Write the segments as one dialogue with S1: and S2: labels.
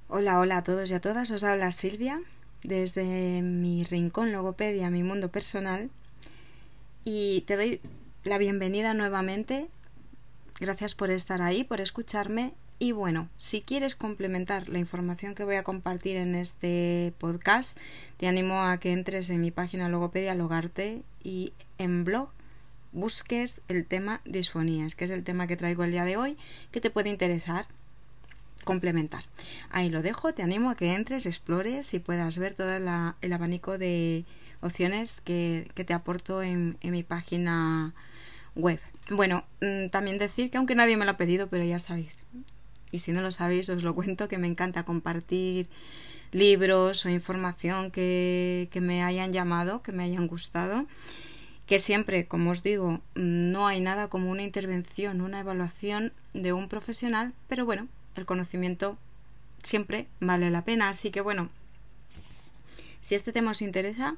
S1: Hola, hola a todos y a todas, os habla Silvia desde mi rincón Logopedia, mi mundo personal, y te doy la bienvenida nuevamente. Gracias por estar ahí, por escucharme. Y bueno, si quieres complementar la información que voy a compartir en este podcast, te animo a que entres en mi página Logopedia Logarte y en blog busques el tema disfonías, que es el tema que traigo el día de hoy, que te puede interesar complementar. Ahí lo dejo, te animo a que entres, explores y puedas ver todo el abanico de opciones que te aporto en mi página web. Bueno, también decir que aunque nadie me lo ha pedido, pero ya sabéis, y si no lo sabéis os lo cuento, que me encanta compartir libros o información que me hayan llamado, que me hayan gustado, que siempre, como os digo, no hay nada como una intervención, una evaluación de un profesional, pero bueno, el conocimiento siempre vale la pena. Así que bueno, si este tema os interesa,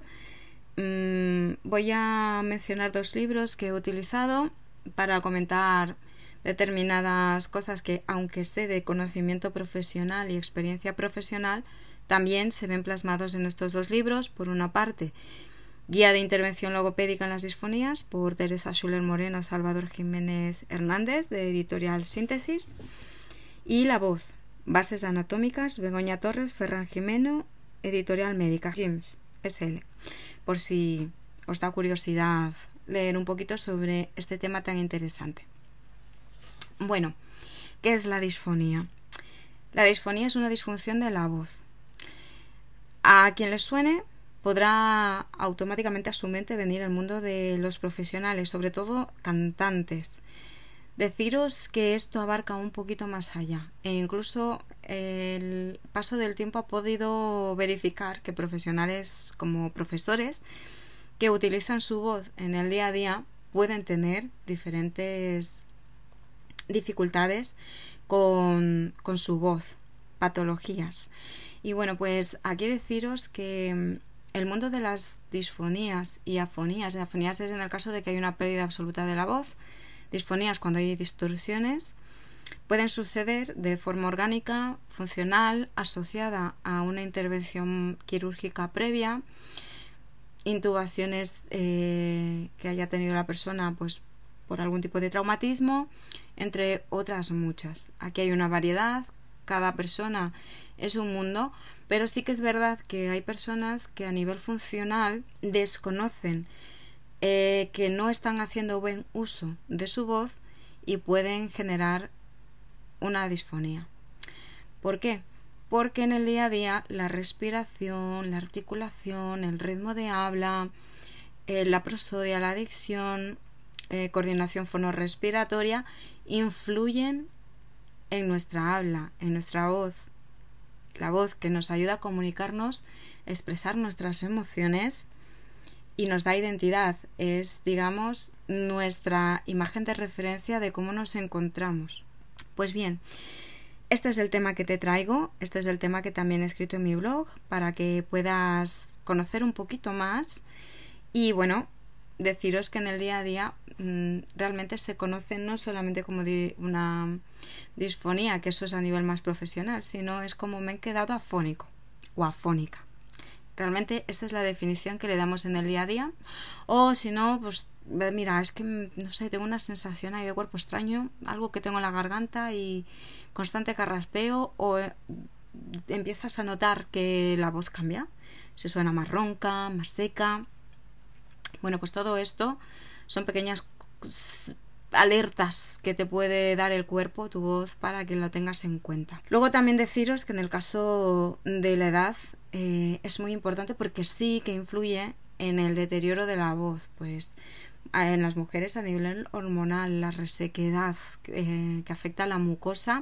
S1: voy a mencionar 2 libros que he utilizado para comentar determinadas cosas que, aunque sé de conocimiento profesional y experiencia profesional, también se ven plasmados en estos 2 libros. Por una parte, Guía de Intervención Logopédica en las Disfonías, por Teresa Schuller Moreno, Salvador Jiménez Hernández, de Editorial Síntesis, y La Voz, Bases Anatómicas, Begoña Torres, Ferran Jimeno, Editorial Médica, James, SL, por si os da curiosidad leer un poquito sobre este tema tan interesante. Bueno, ¿qué es la disfonía? La disfonía es una disfunción de la voz. A quien les suene podrá automáticamente a su mente venir el mundo de los profesionales, sobre todo cantantes. Deciros que esto abarca un poquito más allá, e incluso el paso del tiempo ha podido verificar que profesionales como profesores que utilizan su voz en el día a día pueden tener diferentes dificultades con su voz, patologías. Y bueno, pues aquí deciros que el mundo de las disfonías y afonías es en el caso de que hay una pérdida absoluta de la voz. Disfonías cuando hay distorsiones pueden suceder de forma orgánica, funcional, asociada a una intervención quirúrgica previa, intubaciones que haya tenido la persona pues por algún tipo de traumatismo, entre otras muchas. Aquí hay una variedad, cada persona es un mundo, pero sí que es verdad que hay personas que a nivel funcional desconocen que no están haciendo buen uso de su voz y pueden generar una disfonía. ¿Por qué? Porque en el día a día la respiración, la articulación, el ritmo de habla, la prosodia, la dicción, coordinación fonorrespiratoria influyen en nuestra habla, en nuestra voz. La voz que nos ayuda a comunicarnos, expresar nuestras emociones y nos da identidad, es, digamos, nuestra imagen de referencia de cómo nos encontramos. Pues bien, este es el tema que te traigo, este es el tema que también he escrito en mi blog para que puedas conocer un poquito más y bueno, deciros que en el día a día realmente se conoce no solamente como una disfonía, que eso es a nivel más profesional, sino es como me he quedado afónico o afónica. Realmente esta es la definición que le damos en el día a día. O si no, pues mira, es que no sé, tengo una sensación ahí de cuerpo extraño, algo que tengo en la garganta y constante carraspeo, o empiezas a notar que la voz cambia, se suena más ronca, más seca. Bueno, pues todo esto son pequeñas alertas que te puede dar el cuerpo, tu voz, para que lo tengas en cuenta. Luego también deciros que en el caso de la edad es muy importante porque sí que influye en el deterioro de la voz, pues en las mujeres a nivel hormonal, la resequedad que afecta a la mucosa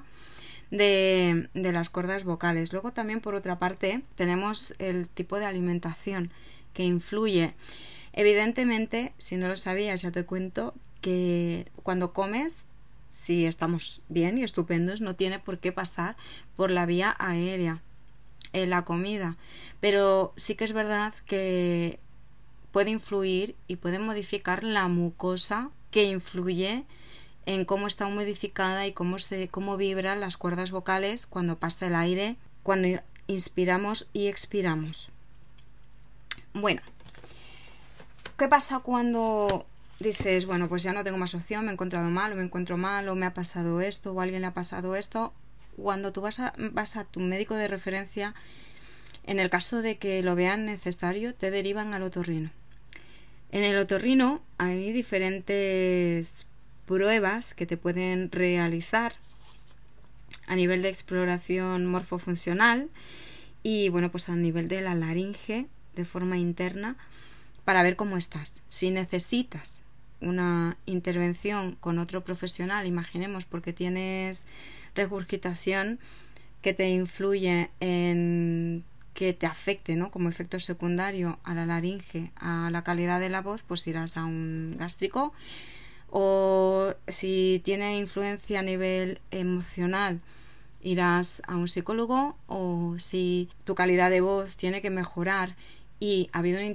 S1: de las cuerdas vocales. Luego también, por otra parte, tenemos el tipo de alimentación que influye. Evidentemente, si no lo sabías, ya te cuento que cuando comes, si estamos bien y estupendos, no tiene por qué pasar por la vía aérea la comida, pero sí que es verdad que puede influir y puede modificar la mucosa, que influye en cómo está humidificada y cómo vibran las cuerdas vocales cuando pasa el aire cuando inspiramos y expiramos. Bueno, ¿qué pasa cuando dices, bueno, pues ya no tengo más opción, me he encontrado mal, o me encuentro mal, o me ha pasado esto, o a alguien le ha pasado esto? Cuando tú vas a tu médico de referencia, en el caso de que lo vean necesario, te derivan al otorrino. En el otorrino hay diferentes pruebas que te pueden realizar a nivel de exploración morfofuncional y bueno, pues a nivel de la laringe de forma interna para ver cómo estás. Si necesitas una intervención con otro profesional, imaginemos porque tienes regurgitación que te influye en que te afecte, ¿no?, como efecto secundario a la laringe, a la calidad de la voz, pues irás a un gástrico. O si tiene influencia a nivel emocional, irás a un psicólogo. O si tu calidad de voz tiene que mejorar y ha habido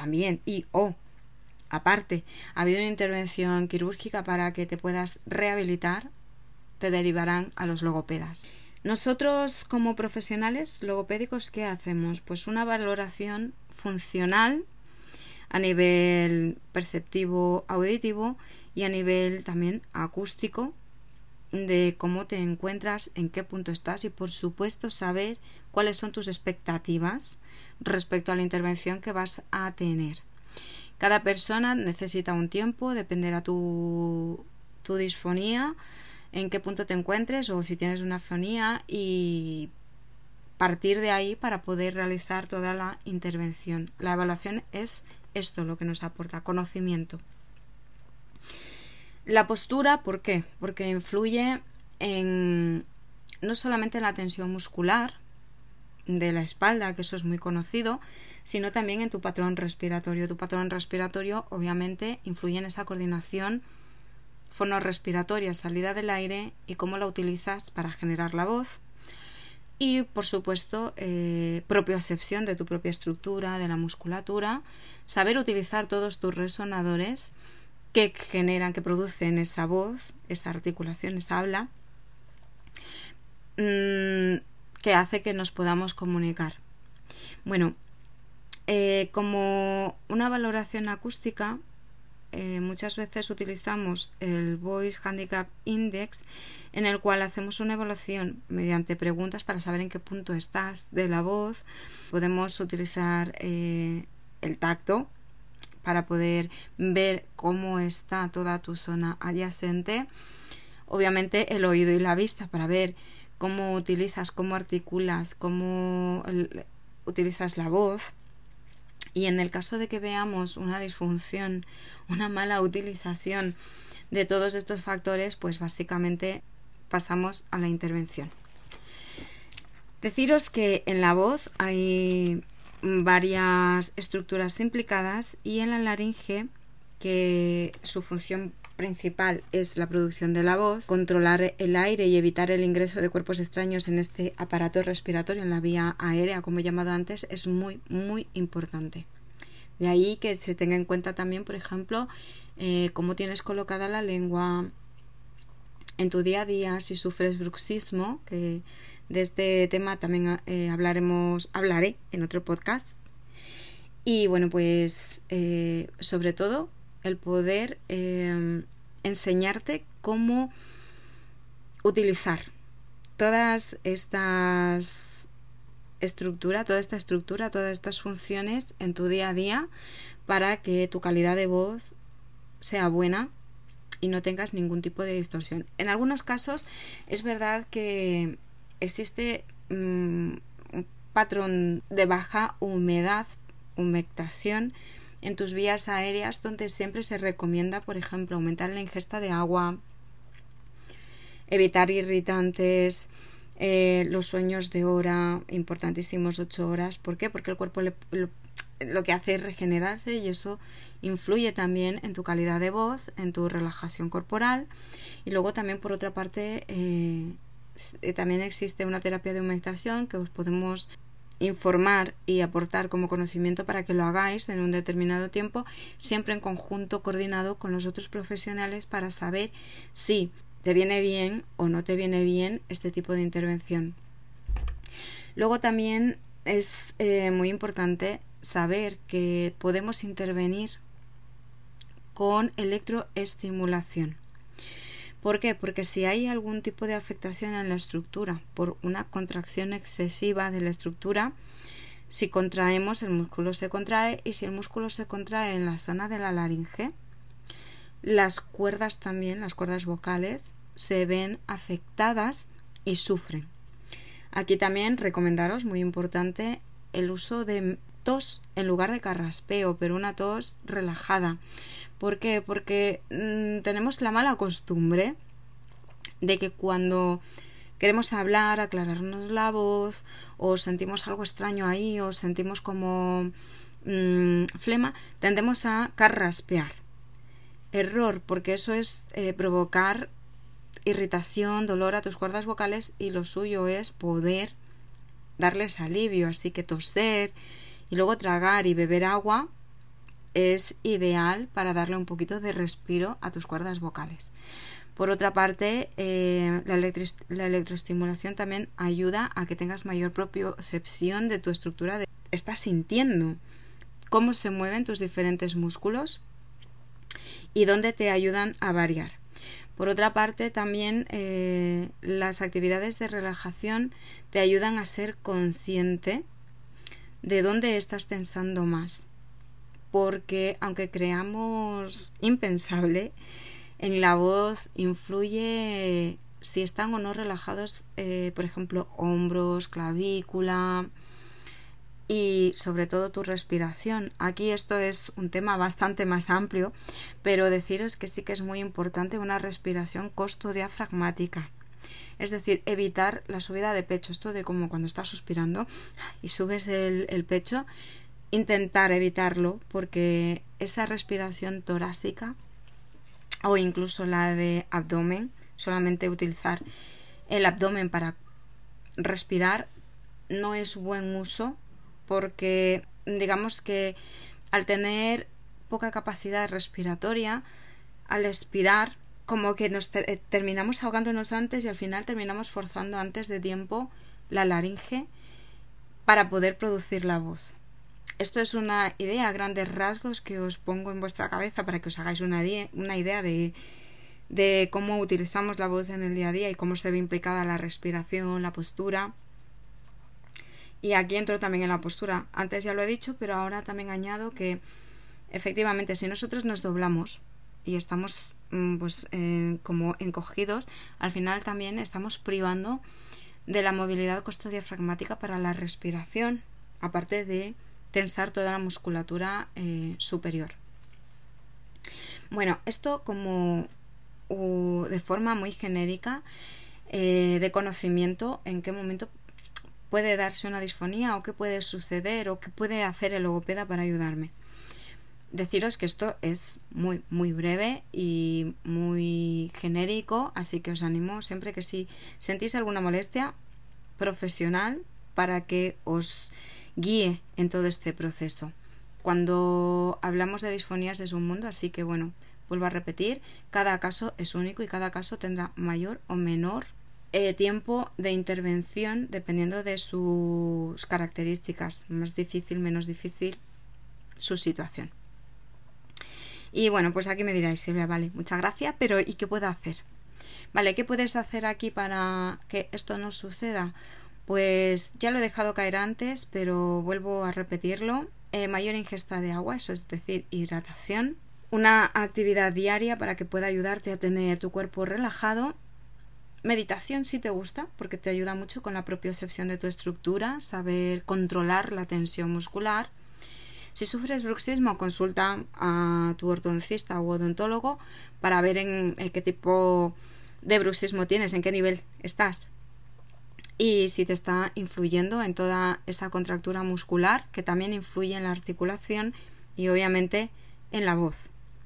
S1: aparte ha habido una intervención quirúrgica para que te puedas rehabilitar, te derivarán a los logopedas. Nosotros como profesionales logopédicos, ¿qué hacemos? Pues una valoración funcional a nivel perceptivo auditivo y a nivel también acústico de cómo te encuentras, en qué punto estás y por supuesto saber cuáles son tus expectativas respecto a la intervención que vas a tener. Cada persona necesita un tiempo, dependerá tu disfonía, en qué punto te encuentres o si tienes una afonía y partir de ahí para poder realizar toda la intervención. La evaluación es esto lo que nos aporta, conocimiento. La postura, ¿por qué? Porque influye no solamente en la tensión muscular de la espalda, que eso es muy conocido, sino también en tu patrón respiratorio. Tu patrón respiratorio obviamente influye en esa coordinación fonorrespiratoria, salida del aire y cómo la utilizas para generar la voz. Y por supuesto propiocepción de tu propia estructura, de la musculatura, saber utilizar todos tus resonadores que producen esa voz, esa articulación, esa habla, que hace que nos podamos comunicar. Bueno, como una valoración acústica, muchas veces utilizamos el Voice Handicap Index, en el cual hacemos una evaluación mediante preguntas para saber en qué punto estás de la voz. Podemos utilizar el tacto para poder ver cómo está toda tu zona adyacente. Obviamente el oído y la vista para ver cómo utilizas, cómo articulas, cómo utilizas la voz. Y en el caso de que veamos una disfunción, una mala utilización de todos estos factores, pues básicamente pasamos a la intervención. Deciros que en la voz hay varias estructuras implicadas y en la laringe, que su función principal es la producción de la voz, controlar el aire y evitar el ingreso de cuerpos extraños en este aparato respiratorio, en la vía aérea, como he llamado antes, es muy, muy importante. De ahí que se tenga en cuenta también, por ejemplo, cómo tienes colocada la lengua en tu día a día, si sufres bruxismo, que de este tema también hablaré en otro podcast. Y bueno, pues sobre todo el poder enseñarte cómo utilizar todas estas todas estas funciones en tu día a día para que tu calidad de voz sea buena y no tengas ningún tipo de distorsión. En algunos casos es verdad que existe un patrón de baja humectación en tus vías aéreas, donde siempre se recomienda, por ejemplo, aumentar la ingesta de agua, evitar irritantes, los sueños de hora, importantísimos, 8 horas. ¿Por qué? Porque el cuerpo lo que hace es regenerarse y eso influye también en tu calidad de voz, en tu relajación corporal. Y luego también, por otra parte, también existe una terapia de humectación que os podemos informar y aportar como conocimiento para que lo hagáis en un determinado tiempo, siempre en conjunto, coordinado con los otros profesionales, para saber si te viene bien o no te viene bien este tipo de intervención. Luego también es muy importante saber que podemos intervenir con electroestimulación. ¿Por qué? Porque si hay algún tipo de afectación en la estructura por una contracción excesiva de la estructura, si contraemos, el músculo se contrae, y si el músculo se contrae en la zona de la laringe, las cuerdas también, las cuerdas vocales, se ven afectadas y sufren. Aquí también recomendaros, muy importante, el uso de tos en lugar de carraspeo, pero una tos relajada. ¿Por qué? Porque tenemos la mala costumbre de que cuando queremos hablar, aclararnos la voz, o sentimos algo extraño ahí, o sentimos como flema, tendemos a carraspear. Error, porque eso es provocar irritación, dolor a tus cuerdas vocales, y lo suyo es poder darles alivio. Así que toser y luego tragar y beber agua es ideal para darle un poquito de respiro a tus cuerdas vocales. Por otra parte, la electroestimulación también ayuda a que tengas mayor propiocepción de tu estructura. Estás sintiendo cómo se mueven tus diferentes músculos y dónde te ayudan a variar. Por otra parte, también las actividades de relajación te ayudan a ser consciente de dónde estás tensando más. Porque aunque creamos impensable, en la voz influye si están o no relajados, por ejemplo, hombros, clavícula y sobre todo tu respiración. Aquí esto es un tema bastante más amplio, pero deciros que sí que es muy importante una respiración costodiafragmática. Es decir, evitar la subida de pecho. Esto de como cuando estás suspirando y subes el pecho, intentar evitarlo, porque esa respiración torácica o incluso la de abdomen, solamente utilizar el abdomen para respirar, no es buen uso, porque digamos que al tener poca capacidad respiratoria, al expirar como que nos terminamos ahogándonos antes y al final terminamos forzando antes de tiempo la laringe para poder producir la voz. Esto es una idea a grandes rasgos que os pongo en vuestra cabeza para que os hagáis una idea de cómo utilizamos la voz en el día a día y cómo se ve implicada la respiración, la postura. Y aquí entro también en la postura. Antes ya lo he dicho, pero ahora también añado que efectivamente si nosotros nos doblamos y estamos como encogidos, al final también estamos privando de la movilidad costodiafragmática para la respiración, aparte de tensar toda la musculatura superior. Bueno, esto como de forma muy genérica de conocimiento en qué momento puede darse una disfonía o qué puede suceder o qué puede hacer el logopeda para ayudarme. Deciros que esto es muy muy breve y muy genérico, así que os animo siempre que si sentís alguna molestia profesional para que os guíe en todo este proceso. Cuando hablamos de disfonías es un mundo, así que bueno, vuelvo a repetir, cada caso es único y cada caso tendrá mayor o menor tiempo de intervención dependiendo de sus características, más difícil, menos difícil su situación. Y bueno, pues aquí me diráis, Silvia, vale, muchas gracias, pero ¿y qué puedo hacer? Vale, ¿qué puedes hacer aquí para que esto no suceda? Pues ya lo he dejado caer antes, pero vuelvo a repetirlo. Mayor ingesta de agua, eso es decir, hidratación. Una actividad diaria para que pueda ayudarte a tener tu cuerpo relajado. Meditación si te gusta, porque te ayuda mucho con la propiocepción de tu estructura, saber controlar la tensión muscular. Si sufres bruxismo, consulta a tu ortodoncista u odontólogo para ver en qué tipo de bruxismo tienes, en qué nivel estás. Y si te está influyendo en toda esa contractura muscular, que también influye en la articulación y obviamente en la voz.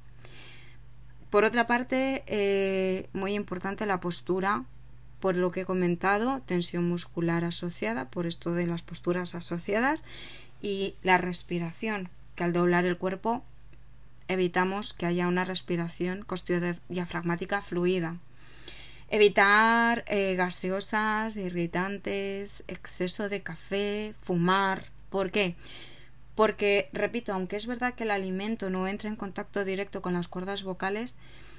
S1: Por otra parte, muy importante la postura, por lo que he comentado, tensión muscular asociada, por esto de las posturas asociadas, y la respiración, que al doblar el cuerpo evitamos que haya una respiración costodiafragmática fluida. Evitar gaseosas, irritantes, exceso de café, fumar. ¿Por qué? Porque, repito, aunque es verdad que el alimento no entra en contacto directo con las cuerdas vocales,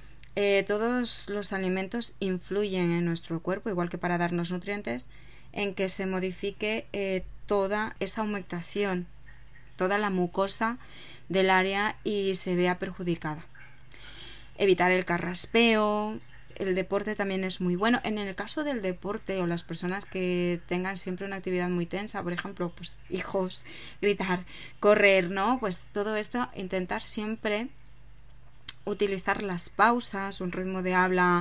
S1: todos los alimentos influyen en nuestro cuerpo, igual que para darnos nutrientes, en que se modifique toda esa humectación, toda la mucosa del área y se vea perjudicada. Evitar el carraspeo. El deporte también es muy bueno. En el caso del deporte o las personas que tengan siempre una actividad muy tensa, por ejemplo, pues hijos, gritar, correr, ¿no? Pues todo esto, intentar siempre utilizar las pausas, un ritmo de habla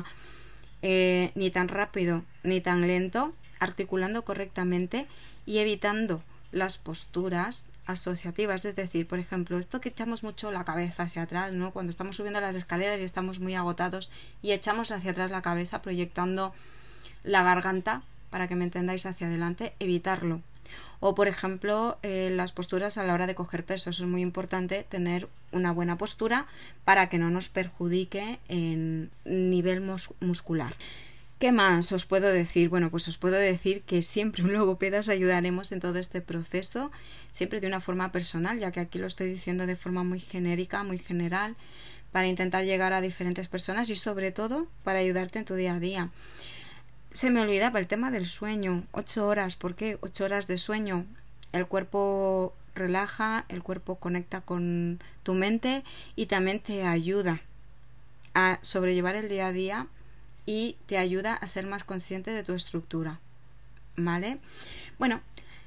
S1: ni tan rápido ni tan lento, articulando correctamente y evitando las posturas asociativas, es decir, por ejemplo, esto que echamos mucho la cabeza hacia atrás, ¿no? Cuando estamos subiendo las escaleras y estamos muy agotados y echamos hacia atrás la cabeza proyectando la garganta, para que me entendáis, hacia adelante, evitarlo. O, por ejemplo, las posturas a la hora de coger peso. Eso es muy importante, tener una buena postura para que no nos perjudique en nivel muscular. ¿Qué más os puedo decir? Bueno, pues os puedo decir que siempre un logopeda os ayudaremos en todo este proceso, siempre de una forma personal, ya que aquí lo estoy diciendo de forma muy genérica, muy general, para intentar llegar a diferentes personas y sobre todo para ayudarte en tu día a día. Se me olvidaba el tema del sueño. 8 horas, ¿por qué? 8 horas de sueño. El cuerpo relaja, el cuerpo conecta con tu mente y también te ayuda a sobrellevar el día a día y te ayuda a ser más consciente de tu estructura, ¿vale? Bueno,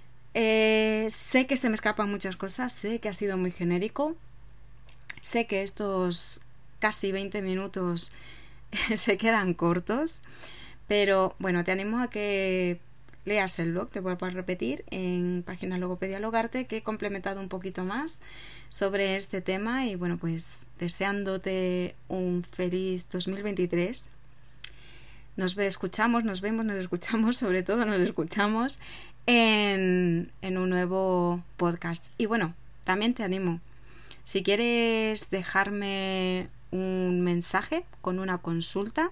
S1: sé que se me escapan muchas cosas, sé que ha sido muy genérico, sé que estos casi 20 minutos se quedan cortos, pero bueno, te animo a que leas el blog, te vuelvo a repetir, en página Logopedia Logarte, que he complementado un poquito más sobre este tema y bueno, pues deseándote un feliz 2023. Nos escuchamos, sobre todo nos escuchamos en un nuevo podcast. Y bueno, también te animo, si quieres dejarme un mensaje con una consulta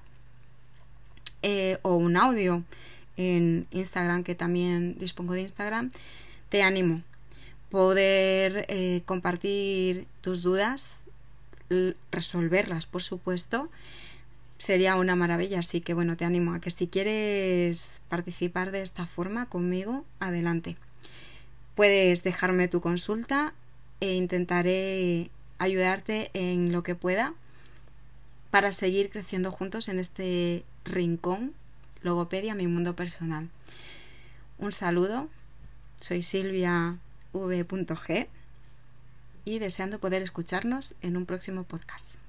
S1: o un audio en Instagram, que también dispongo de Instagram, te animo poder compartir tus dudas, resolverlas, por supuesto. Sería una maravilla, así que bueno, te animo a que si quieres participar de esta forma conmigo, adelante. Puedes dejarme tu consulta e intentaré ayudarte en lo que pueda para seguir creciendo juntos en este rincón Logopedia, mi mundo personal. Un saludo, soy Silvia V.G y deseando poder escucharnos en un próximo podcast.